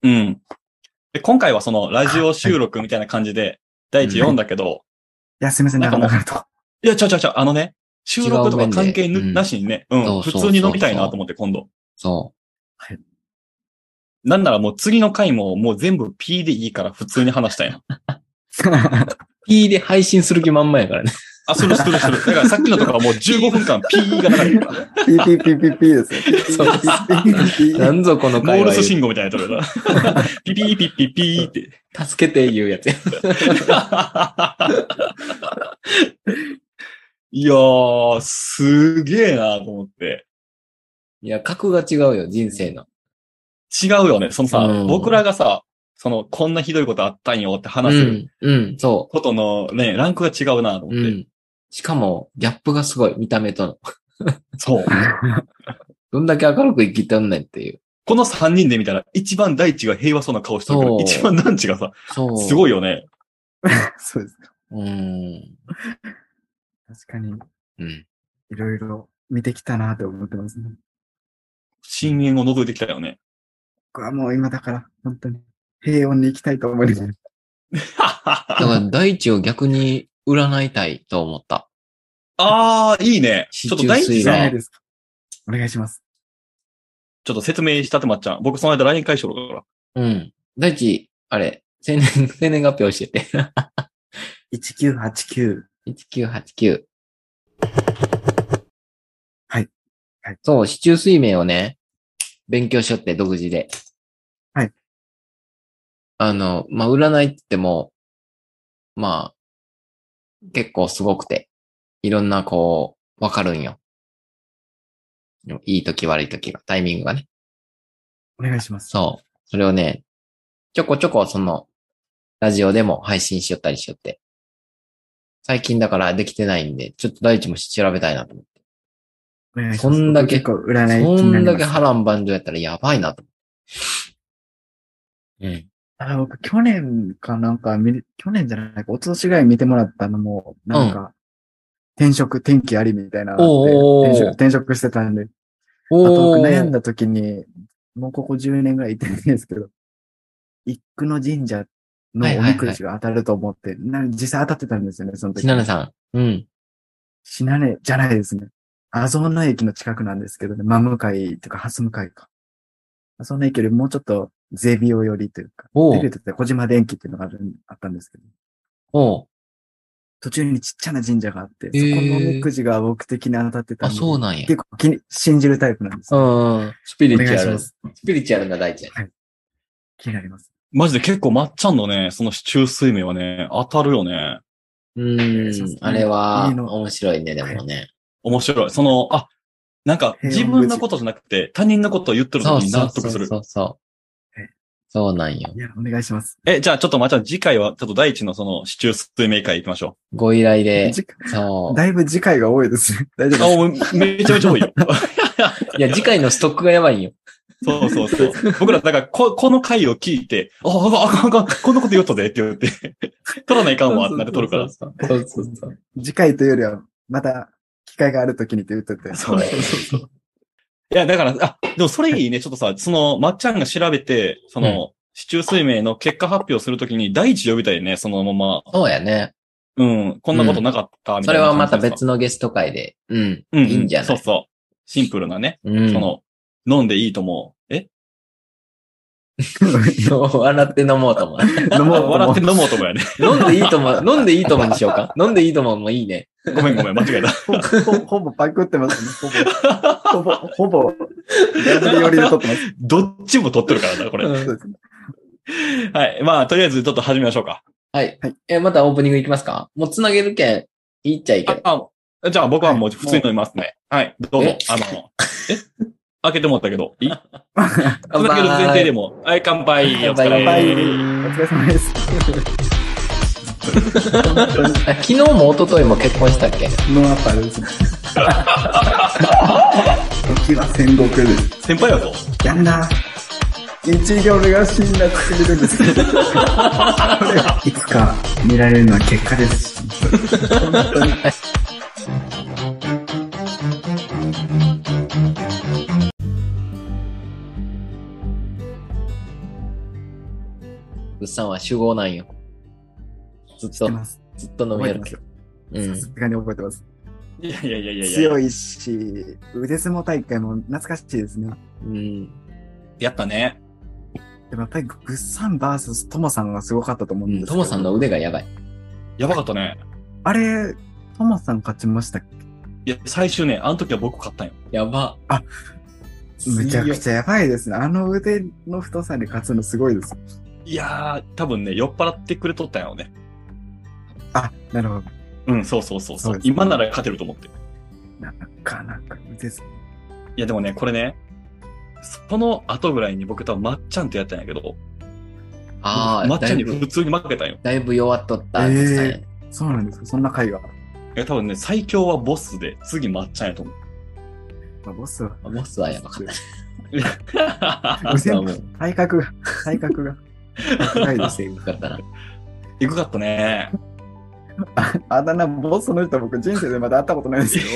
うん。で、今回はそのラジオ収録みたいな感じで、第一読んだけど、 いや、すみません、 なんかもう、 長々と。 いや、収録とか関係なしにね、普通に飲みたいなと思って今度。 そう。 はい。 なんならもう次の回ももう全部 P でいいから普通に話したいな。 P で配信する気満々やからね。 あ、する。だからさっきのとかはもう15分間 P が流れてるから。 ピーですよ。 そうなんぞこのモ会話。 ールス信号みたいなやつだな。ピピーピッピッピーって。 助けて言うやつや。 いやー、すげえなと思って。 いや、格が違うよ、人生の。 違うよね。そのさ、僕らがさ、こんなひどいことあったんよって話せる。 そう。 ことのね、ランクが違うなと思って。 しかも、ギャップがすごい、見た目との。 そう。 どんだけ明るく生きてんねんっていう。 この3人で見たら、一番大地が平和そうな顔してるけど、一番団地がさ、すごいよね。 そうですか。確かに。いろいろ見てきたなと思ってますね。 深淵を覗いてきたよね。 僕はもう今だから、本当に平穏に行きたいと思います。 だから大地を逆に占いたいと思った。 あー、いいね。ちょっと大地さ、 お願いします。 ちょっと説明したてまっちゃん。僕その間 LINE 返しろから。 大地、あれ、生年月日教えて。 1989。 1989。 はい。 そう、四柱推命をね、勉強しよって独自で。 はい。 占いって言っても、結構すごくて、いろんなわかるんよ。いい時悪い時が、タイミングがね。 お願いします。 そう。それをね、ちょこちょこラジオでも配信しよったりしよって。最近だからできてないんで、ちょっと大地も調べたいなと思って。 お願いします。 そんだけ波乱万丈やったらやばいなと思って。 僕、去年かなんか、去年じゃないか、一昨年ぐらい見てもらったのも、なんか、天気ありみたいな転職してたんで。あと僕悩んだ時に、もうここ10年ぐらい行ってないんですけど、一区の神社のおみくじが当たると思って、実際当たってたんですよね、その時。 信濃さん。 信濃じゃないですね。阿蘇の駅の近くなんですけどね、真向かいとか蓮向かいか。阿蘇の駅よりもうちょっとゼビオ寄りというか、ゼビオって小島電機っていうのがあったんですけど。途中にちっちゃな神社があって、そこのおみくじが僕的に当たってたんで、 そうなんや。 結構信じるタイプなんです。 スピリチュアル。スピリチュアルな大地。 はい。気になります。 マジで結構まっちゃんのね、その四柱推命はね、当たるよね。 あれは、面白いね、でもね。 面白い。なんか、自分のことじゃなくて、他人のことを言ってる時に納得する。そうなんよ。 いや、お願いします。 じゃあちょっとまた次回は、ちょっと第一の四柱推命会行きましょう。ご依頼で。 だいぶ次回が多いですね。大丈夫ですか？めちゃめちゃ多いよ。 いや、次回のストックがやばいんよ。 そう。僕ら、だから、この回を聞いて、あかん、こんなこと言ったぜって言って、取らないかんわってなって取るから。 そう。 次回というよりは、また、機会があるときにって言ってて。 そう。いや、だから、でもそれいいね。ちょっとさ、まっちゃんが調べて、四柱推命の結果発表するときに、第一呼びたいね、そのまま。 そうやね。 こんなことなかった、みたいな。 それはまた別のゲスト会で、いいんじゃない？ そう。シンプルなね。飲んでいいと思う。 笑って飲もうと思う。 笑って飲もうと思うやね。 飲んでいいと思うにしようか。飲んでいいと思うもいいね。 ごめん、間違えた。 ほぼパクってますね。ほぼ、ダブル寄りで撮ってます。 どっちも撮ってるからな、これ。はい。まあ、とりあえずちょっと始めましょうか。 はい。またオープニングいきますか？もうつなげるけん、いっちゃいけど。 じゃあ僕はもう普通に飲みますね。はい。どうぞ。開けてもらったけど、いい？つなげる前提でも。はい、乾杯。お疲れ。 お疲れ様です。 昨日も一昨日も結婚したっけ？ ノーアッパーです。時は戦国です。 先輩やぞ。 やんな。一行目が辛辣すぎるんですけど。これはいつか見られるのは結果ですし。本当に。 グッサンは酒豪なんよ。ずっと知って、ます。 ずっと飲みやるけど。 さすがに覚えてます。 いやいやいやいやいや。 強いし、腕相撲大会も懐かしいですね。 うん。 やったね。 でもやっぱりグッサン VS トモさんがすごかったと思うんですけど。 トモさんの腕がやばい。 やばかったね。 あれ、トモさん勝ちましたっけ？ いや、最終ね、あの時は僕勝ったんよ。 やば。 めちゃくちゃやばいですね。あの腕の太さに勝つのすごいです。 いやー、多分ね、酔っ払ってくれとったんやろね。 あ、なるほど。 うん、そうそうそうそう。 そうです今なら勝てると思って。 なかなかですね。 いや、でもね、これね、その後ぐらいに僕多分まっちゃんとやったんやけど、 ああ、 まっちゃんに普通に負けたんよ。 だいぶ弱っとったグッサンやね。 そうなんですか。そんな回が。 いや、多分ね、最強はボスで、次まっちゃんやと思う。 まあ、ボスは。 ボスはやばかった。 腕のもう体格が。高いですよ。 よかったな。 えぐかったね。 あだ名、ボスの人僕人生でまだ会ったことないですよ。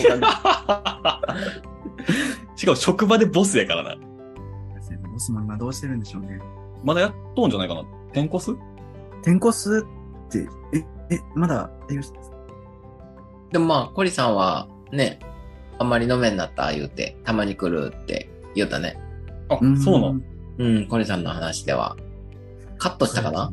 しかも職場でボスやからな。 ボスも今どうしてるんでしょうね。 まだやっとんじゃないかな。転校す転校すって、まだ営業してますか？ でもまあ、コリさんはね、あんまり飲めんなった言うて、たまに来るって言ったね。 あ、そうなの。 うん、コリさんの話では。カットしたかな？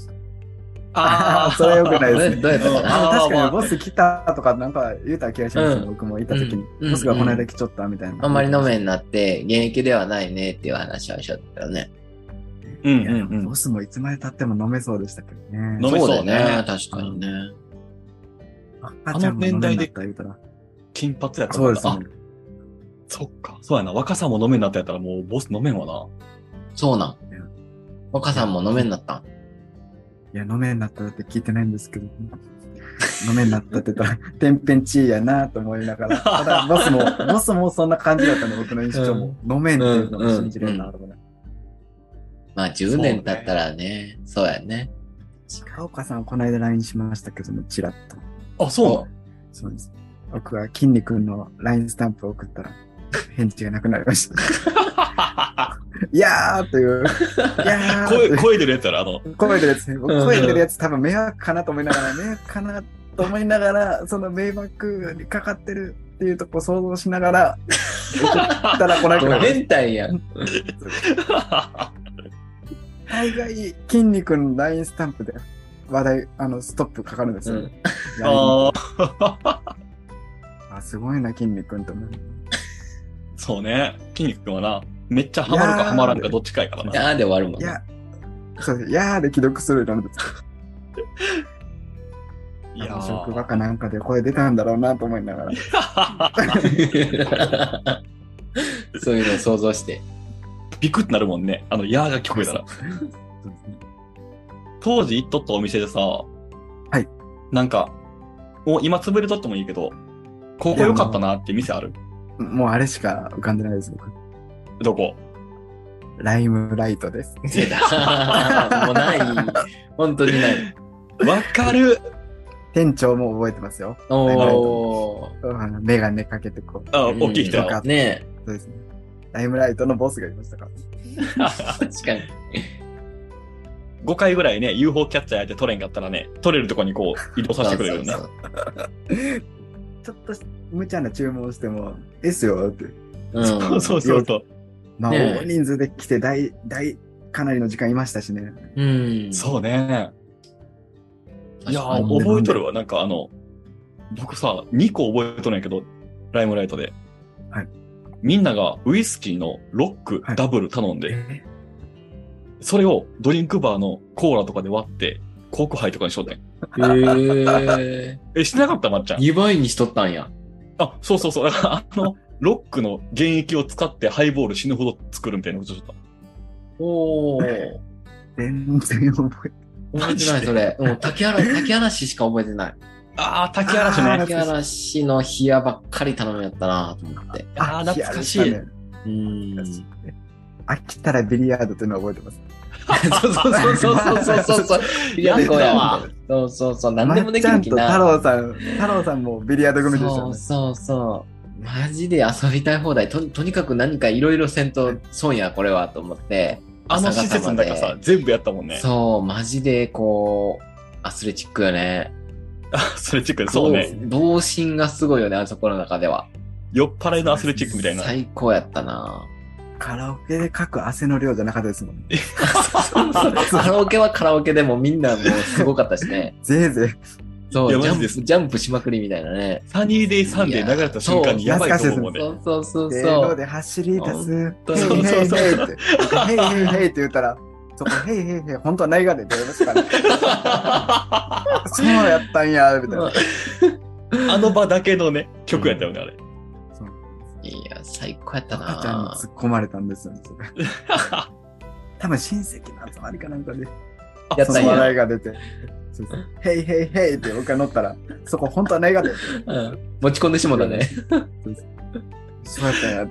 それは良くないですね。 どうやったかな？ 確かにボス来たとかなんか言うた気がしますね。僕もいた時に。ボスがこの間来ちゃったみたいな。 あんまり飲めんなって、現役ではないねっていう話はしちゃったよね。 ボスもいつまで経っても飲めそうでしたけどね。 飲めそうだね。確かにね。 赤ちゃんも飲めんなった言うたら。 金髪やったそうですね。 そっか。そうやな。若さも飲めんなったやったらもうボス飲めんわな。 そうなん。若さんも飲めんなったん？ いや、飲めんなったって聞いてないんですけど。飲めんなったって言ったら、天変地異やなと思いながら。ただ、ボスもそんな感じだったんで、僕の印象も。飲めんっていうのも信じれんなと思って。 まあ、10年経ったらね、そうやね。 鹿岡さんはこの間 LINE しましたけども、チラッと。 あ、そうなの？ そうです。僕は筋肉の LINE スタンプを送ったら、返事がなくなりました。いやーという。いやー声出るやつやろ、 声出るやつね。声出るやつ多分迷惑かなと思いながら、迷惑かなと思いながら、その迷惑にかかってるっていうとこ想像しながら、送ったら来なくなる。 変態やん。 大概、筋肉の LINE スタンプで話題、ストップかかるんですよ。すごいな、筋肉と思う。 そうね。筋肉くんはな、めっちゃハマるかハマらんかどっちかやからな。 いやーで終わるもんね。そうです。いやーで既読するのです。いやー。職場かなんかで声出たんだろうなと思いながら。 そういうのを想像して。 ビクってなるもんね。やーが聞こえたら。当時行っとったお店でさ、 はい。 なんか、もう今潰れとってもいいけど、ここ良かったなって店ある？ もうあれしか浮かんでないです、僕。 どこ？ ライムライトです。 もうない。本当にない。 わかる。 店長も覚えてますよ。 おー。メガネかけてこう。 大きい人や。ねそうですね。ライムライトのボスがいましたから。 確かに。 5回ぐらいね、UFO キャッチャーやって取れんかったらね、取れるとこにこう移動させてくれるよね。 ちょっと無茶な注文しても、ですよって。 そうそう。 まあ、大人数で来てかなりの時間いましたしね。 そうね。いや、覚えとるわ。なんか僕さ、2個覚えとるんやけど、ライムライトで。 はい。 みんながウイスキーのロックダブル頼んで、それをドリンクバーのコーラとかで割って、コークハイとかにしとったん。してなかったまっちゃん。 2倍にしとったんや。 あ、そうそうそう。だからロックの原液を使ってハイボール死ぬほど作るみたいなことしとった。 全然覚えてないそれ。もう滝嵐しか覚えてない。 滝嵐ね。 滝嵐の冷やばっかり頼むやったなと思って。 懐かしい。 飽きたらビリヤードっていうのは覚えてます。 そう。ビリヤードや。そう。何でもできる気な。 太郎さんもビリヤード組でしたね。 そう。マジで遊びたい放題。とにかく何かいろいろせんと損や、これは、と思って。 あの施設の中さ、全部やったもんね。 そう、マジでこう、アスレチックよね。 アスレチック、そうね。 童心がすごいよね、あそこの中では。 酔っ払いのアスレチックみたいな。 最高やったな。 カラオケで書く汗の量じゃなかったですもんね。 カラオケはカラオケでもみんなもうすごかったしね。 ぜいぜい。 そう、ジャンプしまくりみたいなね。 サニーデイサンデー流れた瞬間にやばいと思うもんね。 そう。 せーので走り出す。 そうヘイヘイヘイって。ヘイヘイヘイって言ったら、そこヘイヘイヘイ、本当はないがでって言いましたから。そうやったんや、みたいな。 あの場だけのね、曲やったよね、あれ。 いや、最高やったな。 赤ちゃんに突っ込まれたんですよね、それ。多分親戚の集まりかなんかで。 やったんや。 その笑いが出て。ヘイヘイヘイって僕が乗ったら、そこ本当はないがで。 持ち込んでしもたね。 そうやったんやって。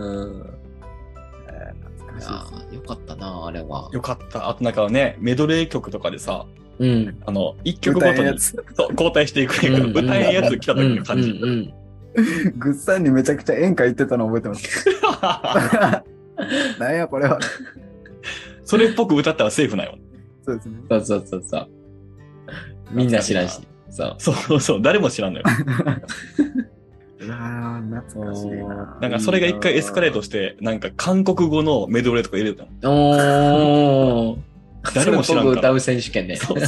いやよかったな、あれは。 よかった。あとなんかね、メドレー曲とかでさ、一曲ごとに交代していくねんから、歌えんやつ来た時の感じ。 グッさんにめちゃくちゃ演歌言ってたの覚えてます。なんやこれは。 それっぽく歌ったらセーフなよ。 そうですね。 そう。みんな知らんし。 そう、誰も知らんのよ。 懐かしいな。 なんかそれが一回エスカレートして、なんか韓国語のメドレーとか入れたの。 誰も知らんから。 歌う選手権ね。 そう。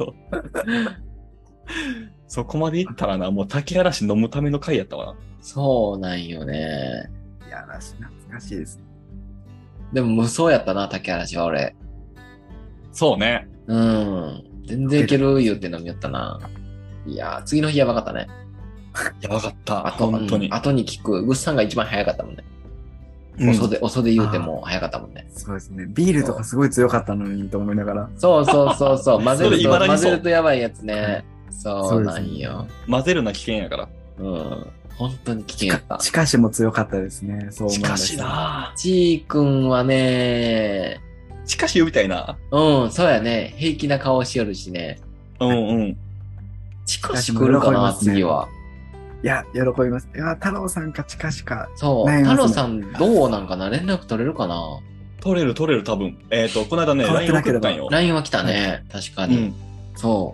そこまで行ったらな、もう竹嵐飲むための回やったわな。 そうなんよね。 いや、嵐懐かしいです。 でも無双やったな、竹嵐は俺。 そうね。 全然いける言うてんの見よったな。いやー、次の日やばかったね。 やばかった。本当に。 後に聞く。グッさんが一番早かったもんね。遅で言うても早かったもんね。 そうですね。ビールとかすごい強かったのにと思いながら。 そう。混ぜるとやばいやつね。そうなんよ。 混ぜるな危険やから。 本当に危険やった。 チカシも強かったですね。そう思いました。チカシなチー君はね、 チカシ呼びたいな。 そうやね。平気な顔しよるしね。チカシ来るかな、次は。 いや、喜びます。いや、太郎さんかチカシか。 そう。太郎さんどうなんかな、連絡取れるかな。 取れる、多分。この間ね、LINE 送ったんよ。 LINE は来たね。確かに。そう。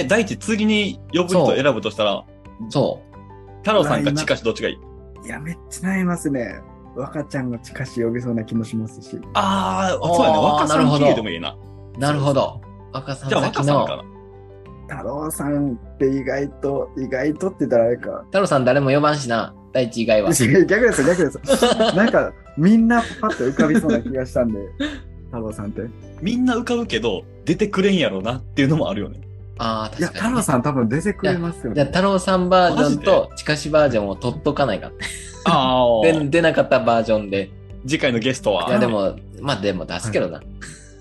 大地次に呼ぶ人選ぶとしたら、 そう。 太郎さんかチカシどっちがいい？ いや、めっちゃ悩みますね。若ちゃんがチカシ呼びそうな気もしますし。 そうやね。若さん経由でもいいな。 なるほど。若さん先の。 じゃあ若さんかな。 太郎さんって意外とって言ったらあれか。 太郎さん誰も呼ばんしな。大地以外は。 逆です。なんか、みんなパッと浮かびそうな気がしたんで、太郎さんって。 みんな浮かぶけど、出てくれんやろなっていうのもあるよね。 確かに、 いや、太郎さん多分出てくれますよね。 じゃあ、太郎さんバージョンと、チカシバージョンを取っとかないか。出なかったバージョンで。 次回のゲストは。 いや、でも出すけどな。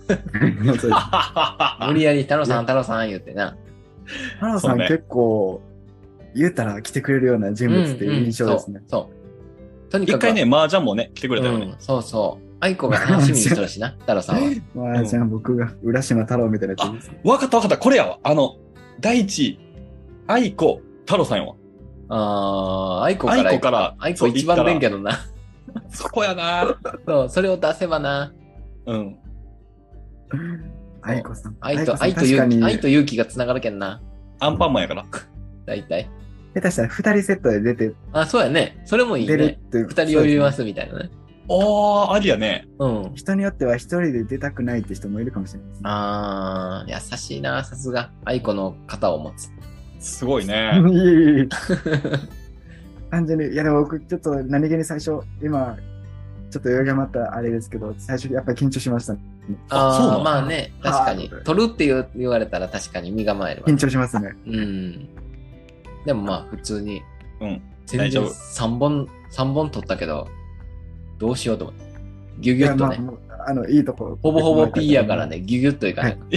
無理やり太郎さん言ってな。 太郎さん結構、言うたら来てくれるような人物っていう印象ですね。 そう。とにかく。 一回ね、麻雀もね、来てくれたよね。 そう。愛子が楽しみにしてるしな、太郎さんは。 麻雀僕が浦島太郎みたいなやつです。 わかった。これやわ。大地、愛子、太郎さんやわ。 愛子から。愛子一番出んけどな。 そこやな。 そう、それを出せばな。 愛子さん。 愛と勇気が繋がるけんな。 アンパンマンやから。 大体。 下手したら二人セットで出て。 そうやね。それもいいね。出るって二人呼びますみたいなね。 ありやね。 人によっては一人で出たくないって人もいるかもしれないです。 優しいな、さすが。愛子の肩を持つ。 すごいね。 単純に、いやでも僕ちょっと何気に最初、今、ちょっと余裕がまったあれですけど、最初やっぱり緊張しましたね。 まあね、確かに。取るって言われたら確かに身構えるわ。 緊張しますね。 でもまあ普通に、全然3本取ったけど、どうしようと思って。ギュギュッとね。 いいところ。 ほぼほぼ P やからね、ギュギュッといかない。 ど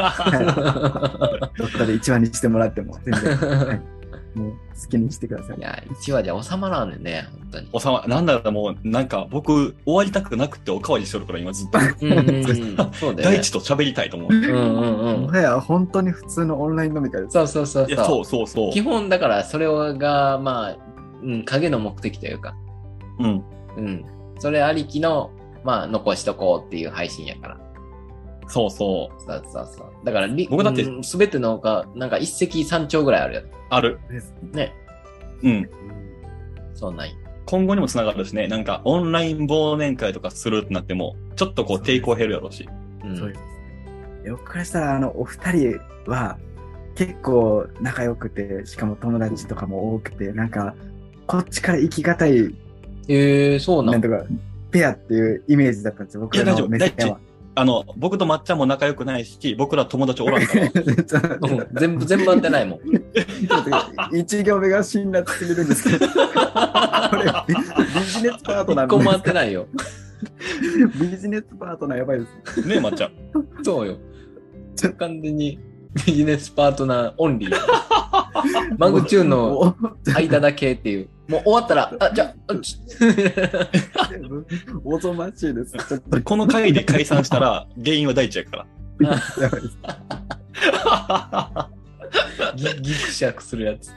っかで1話にしてもらっても、全然。もう好きにしてください。 いや、1話じゃ収まらんねんね、本当に。 なんだろう、もう、なんか僕、終わりたくなくておかわりしとるから今ずっと。 そうだよね。 大地と喋りたいと思う。 もはや本当に普通のオンライン飲み会です。 そう。 そう。基本だからそれが、まあ、影の目的というか。それありきのまあ残しとこうっていう配信やから。 そうそそうそうそう。だから僕だってすべてのが、なんか一石三鳥ぐらいあるやう。ある。 ですね。 うん。 そうなんよ。 今後にもつながるしね、なんかオンライン忘年会とかするってなっても、ちょっとこう抵抗減るやろうし。 うん。 そうですね。僕からしたら、お二人は結構仲良くて、しかも友達とかも多くて、なんか、こっちから行きがたい、 そうななんんとか、ペアっていうイメージだったんですよ、僕らの目線は。 僕とまっちゃんも仲良くないし、僕ら友達おらんから。 うん全部合ってないもん。 一行目が辛辣すぎるんですけど、これビジネスパートナー一個も合なんですか？ ってないよ。 ビジネスパートナーやばいです。 ねえ、まっちゃん。 そうよ。完全にビジネスパートナーオンリー。マグチューンのもう間だけっていう。もう終わったら、じゃあ、 おぞましいです。ちょっとこの回で解散したら、原因は大地やから。 やばいです。 ギクシャクするやつ。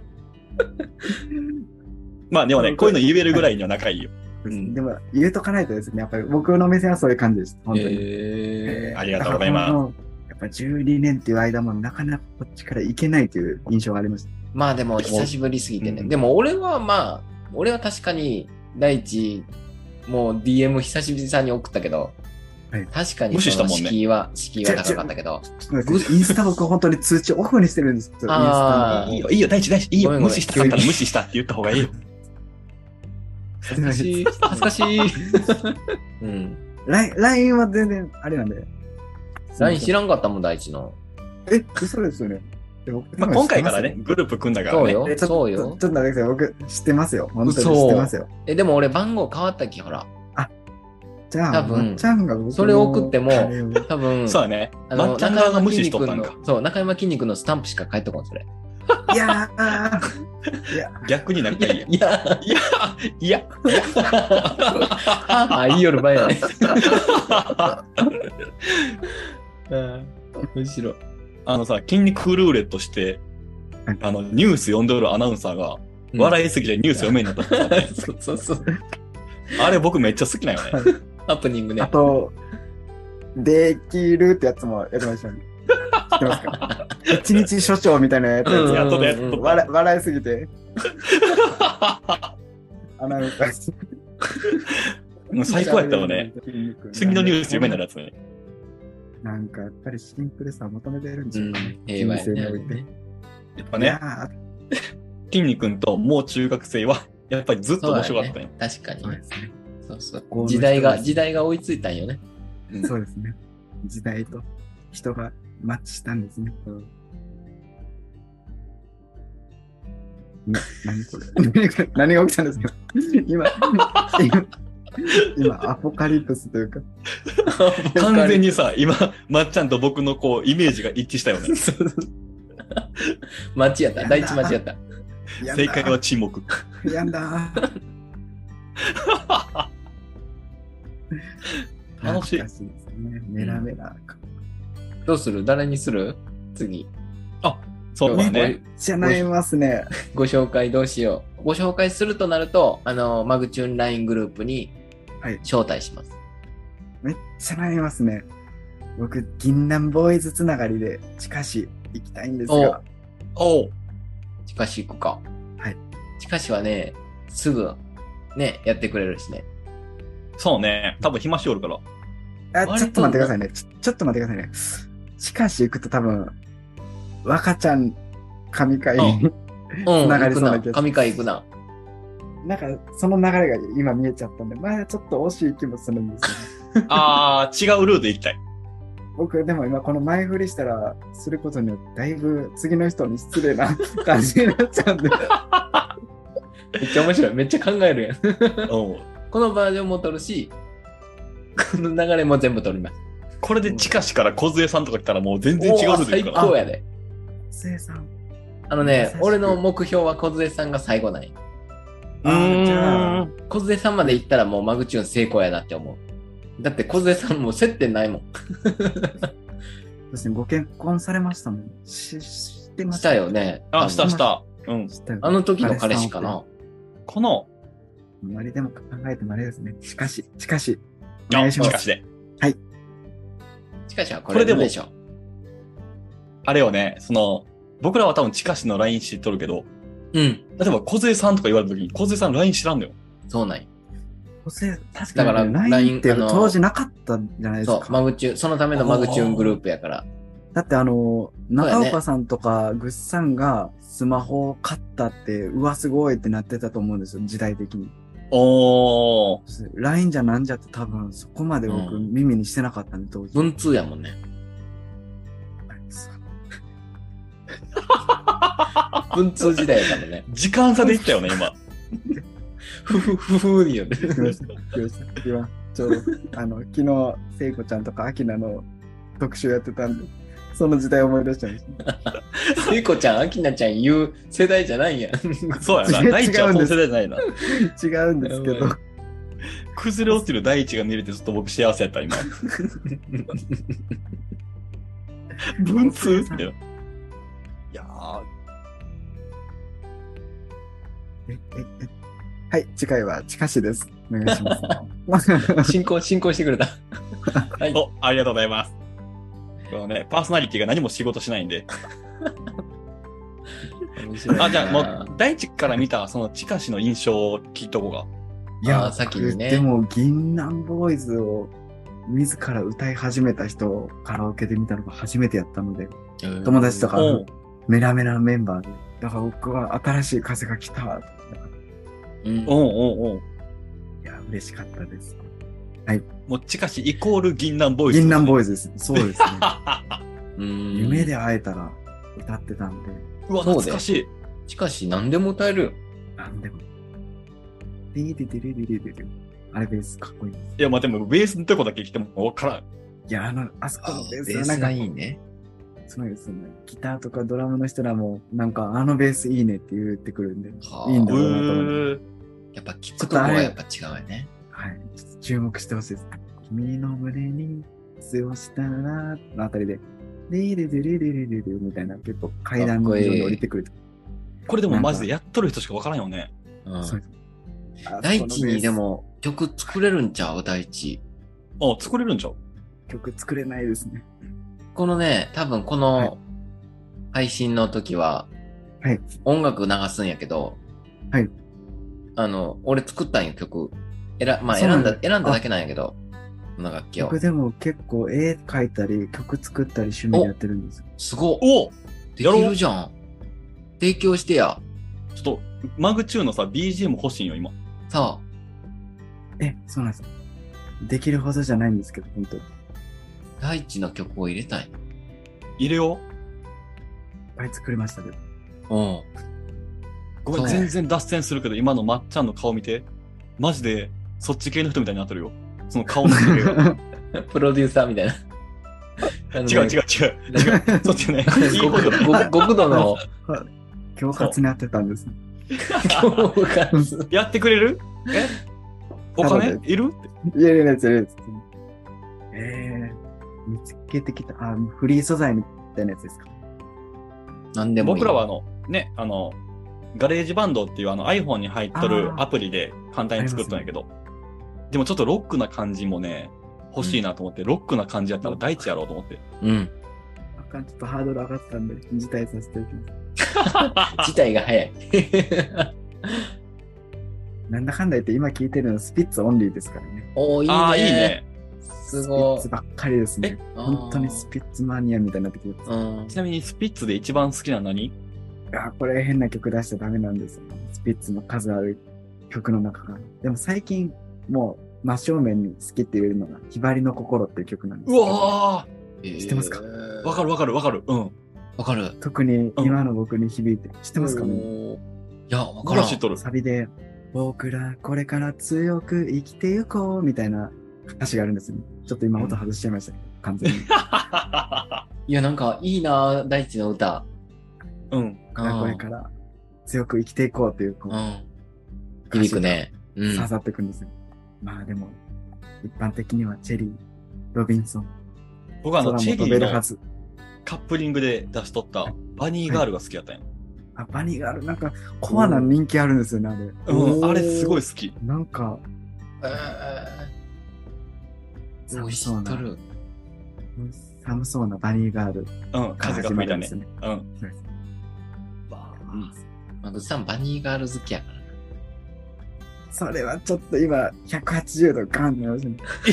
まあでもね、こういうの言えるぐらいには仲いいよ。 うんでも、言うとかないとですね、やっぱり僕の目線はそういう感じです。本当に。 ありがとうございますだからこのやっぱ12年っていう間もなかなかこっちから行けないという印象がありました。 まあでも久しぶりすぎてね。 うんでも俺は確かに第一、もう DM 久しぶりに送ったけど、 はい確かに無視したもんね敷居は高かったけど。 ちょっと待ってインスタ僕本当に通知オフにしてるんですよ。インスタあーのいいよ、いいよ、大地、いいよ。 ごめんごめん無視したかったら無視したって言った方がいいよ。 恥ずかしい。恥ずかしい。うん。 LINE は全然あれなんで。 LINE 知らんかったもん、第一の。 嘘ですよね。で僕まあ今回からね、グループ組んだからね。 そうよ。 ちょっとそうよちょっ。と待ってください。僕知ってますよ。本当に知嘘ってますよ。 でも俺番号変わったっけ、ほら。 じゃあ、 多分まっちゃんが僕のそれ送ってもあれを多分、 そうだね。まっちゃん側が無視しとったんか。 そう、中山筋肉のスタンプしか返ってこん、それ。 いやー、いや、 逆に仲いいやん。 いや、 いや、 あ、いい夜前やね。むしろ。 筋肉ルーレットして、ニュース読んでるアナウンサーが、笑いすぎてニュース読めんなったってさそうそうそう。 あれ僕めっちゃ好きなんよね。 ハプニングね。 あと、できるってやつもやってましたね。知ってますか？一日所長みたいなやつうんやっとったやっとった。 笑いすぎて。アナウンサー。 もう最高やったわね。次のニュース読めんなるやつね。 なんかやっぱりシンプルさを求めてるんでうんしょうかね。。 平和や人生において。 ね。 いやっぱね、 や筋肉ともう中学生は、やっぱりずっと面白かったんよ。 確かにね。 そうですね。 そうそうこ。の人です時代が追いついたんよね。うんそうですね。時代と人がマッチしたんですね。何これ何が起きたんですか？今、アポカリプスというか、 完全にさ、今、まっちゃんと僕のこう、イメージが一致したよね。 間違った。第一間違った。 正解は沈黙。 やんだ楽しい懐かですね。メラメラか。 どうする？誰にする？次。 そうだね。 じゃ悩みますね。 ご紹介どうしよう。ご紹介するとなると、マグチューン LINE グループにはい招待します。 めっちゃ悩みますね。僕、銀杏ボーイズつながりで近し行きたいんですが。 おう。 近し行くか。 はい。 近しはね、すぐ、ね、やってくれるしね。 そうね。多分暇しおるから。 ちょっと待ってくださいね。ちょっと待ってくださいね。近し行くと多分、若ちゃん、神回、 うん繋がりそうな行くな。 気がする神回行くな。 なんか、その流れが今見えちゃったんで、まあちょっと惜しい気もするんですよね。 違うルート行きたい。 僕、でも今この前振りしたら、することによって、だいぶ次の人に失礼な感じになっちゃうんで。 めっちゃ面白い。めっちゃ考えるやん。 おう。 このバージョンも撮るし、この流れも全部撮ります。 これで近しから小杖さんとか来たらもう全然違うルート最行くから。 高やで。 せいさん。優しく俺の目標は小杖さんが最後なんや。 じゃあ、 小杖さんまで行ったらもうマグチューン成功やなって思う。だって小杖さんもう接点ないもん。 そうですね、ご結婚されましたもん。してましたよね。 した。うん。 したよあの時の彼氏かな。 この、 あまりでも考えてもあれですね。しかし、 お願いします。 近しで。 近しはこれでしょ。 あれよね、僕らは多分近しの LINE 知っとるけど、 うん。 例えば小杉さんとか言われた時に、小杉さん LINE 知らんのよ。 そうなんよ。 確かに、 だから LINE って当時なかったんじゃないですか。 そう、マグチューン、そのためのマグチューングループやから。 だって中岡さんとかグッさんがスマホを買ったって、うわ、すごいってなってたと思うんですよ、時代的に。LINE じゃなんじゃって多分そこまで僕耳にしてなかったんで、当時。 文通やもんね。文通時代やからね。 時間差で言ったよね、今。 による。 今、ちょうど、昨日、聖子ちゃんとかアキナの特集やってたんで、その時代思い出しちゃうんです。 聖子ちゃん、アキナちゃん言う世代じゃないやん。 そうやな。大地はその世代じゃないな。 違うんですけど。 崩れ落ちる大地が見れてちょっと僕幸せやった、今。文通って。いやはい、次回は近しです。お願いします。 進行してくれた。 はい。ありがとうございます。このね、パーソナリティが何も仕事しないんで。じゃあもう、大地から見たその近しの印象を聞いとこうか。 いや、 先にね。 でも、銀杏ボーイズを自ら歌い始めた人をカラオケで見たのが初めてやったので、友達とかメラメラメンバーで、だから僕は新しい風が来た。いや、嬉しかったです。はい。 もう近しイコール銀杏ボーイズ、 銀杏ボーイズです。そうですね。 夢夢で会えたら歌ってたんで。 うわ、懐かしい。 近し何でも歌えるよ。 何でも。あれベースかっこいいです。 いや、まあ、でもベースのとこだけ来てもわからん。 いや、あそこのベースベースがいいね。 そうですね。ギターとかドラムの人らも、なんかベースいいねって言ってくるんで、いいんだろうなと思って。 やっぱ聞くとこはやっぱ違うよね。 はい。ちょっと注目してほしいです。君の胸に背をしたら、のあたりで、リリリリリリリリみたいな結構階段の上に降りてくる。 これでもマジでやっとる人しかわからんよね。 そうです。 大地にでも曲作れるんちゃう大地。 作れるんちゃう曲作れないですね。 このね、多分この配信の時は、 はい。 音楽流すんやけど、 はい。 俺作ったんよ、曲。まあ選んだだけなんやけど、この楽器を。 僕でも結構絵描いたり、曲作ったり趣味でやってるんですよ。 すごっ。できるじゃん。提供してや。 ちょっと、マグチューンのさ、BGM 欲しいんよ、今。 さあ。そうなんですよ。できるほどじゃないんですけど、本当に。 大地の曲を入れたい。 入れよう。 いっぱい作りましたけど。 ごめん、全然脱線するけど、今のまっちゃんの顔見て。マジで、そっち系の人みたいになってるよ。その顔の系が。 プロデューサーみたいな。 違う。そっちね。 極度の。 恐喝になってたんですね。 恐喝。 やってくれるお金いるいやいや、見つけてきた。フリー素材みたいなやつですか。 なんでもいい。 僕らはガレージバンドっていうiPhone に入っとるアプリで簡単に作ったんやけど、でもちょっとロックな感じもね、欲しいなと思って、ロックな感じやったら大地やろうと思って。 うん。 ちょっとハードル上がったんで、辞退させておきます。 辞退が早い。 なんだかんだ言って今聞いてるのスピッツオンリーですからね。 いいね。 いいね。 すごい。 スピッツばっかりですね。本当にスピッツマニアみたいになってきてます。ちなみにスピッツで一番好きなの何？ これ変な曲出しちゃダメなんですよ。スピッツの数ある曲の中から。でも最近、もう真正面に好きっていうのが、ひばりの心っていう曲なんですけど。 うわ知ってますか？ わかる。うん。 わかる。 特に今の僕に響いて、知ってますかね？ いや、わからん。 知っとる。 サビで、僕らこれから強く生きてゆこうみたいな歌詞があるんですよね。ちょっと今音外しちゃいましたけど、完全に。 いや、なんかいいな、大地の歌。 うん。 これから強く生きていこうという、 響くね。 刺さってくんですよ。まあでも、一般的にはチェリー、ロビンソン。 僕チェリーのカップリングで出しとったバニーガールが好きやったんや。 バニーガール、なんかコアな人気あるんですよね、あれ。 あれすごい好き。 なんか、 寒そうな、 知っとる。 寒そうなバニーガール。 うん、風が吹いたね。うん。 まぐさん、バニーガール好きやからな。 それはちょっと今、180度ガンってなりま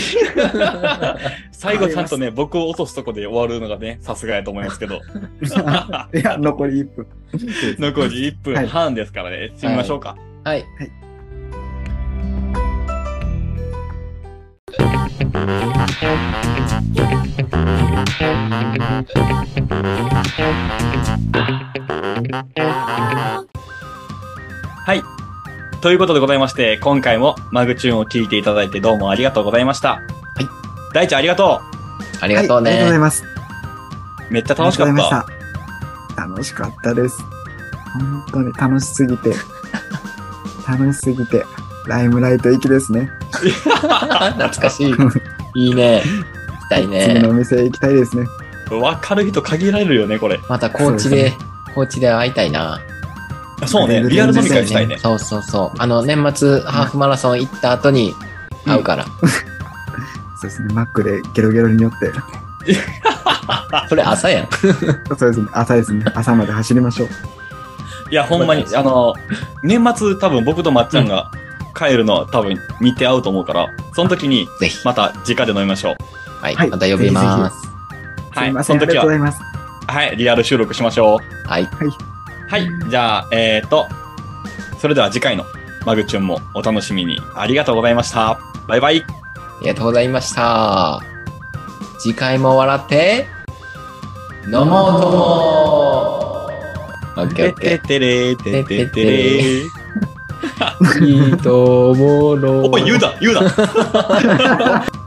最後ちゃんとね、僕を落とすとこで終わるのがね、さすがやと思いますけど。 いや、残り1分。 残り1分半ですからね。してみましょうか。 はい。 はい。ということでございまして、今回もマグチューンを聞いていただいてどうもありがとうございました。はい。大地ありがとう。ありがとうね。 ありがとうございます。 めっちゃ楽しかった。 楽しかったです。本当に楽しすぎて。ライムライト行きですね。 懐かしい。いいね。行きたいね。 次のお店行きたいですね。 わかる人限られるよね、これ。 また高知で会いたいな。 そうね、リアル飲み会したいね。 そう。年末ハーフマラソン行った後に会うから。 そうですね、マックでゲロゲロによって。 それ朝やん。 そうですね、朝ですね。朝まで走りましょう。 いや、ほんまに、年末多分僕とまっちゃんが帰るの多分見て会うと思うから、その時にまた直で飲みましょう。 はい、また呼びます。 はい、その時は。ありがとうございます。 はい、リアル収録しましょう。 はい。 はい。じゃあ、それでは次回のマグチューンもお楽しみに。ありがとうございました。バイバイ。 ありがとうございました。次回も笑って、飲もうとも。オッケーオッケー。 てれーてててれー。 いいともろ。 おい、言うな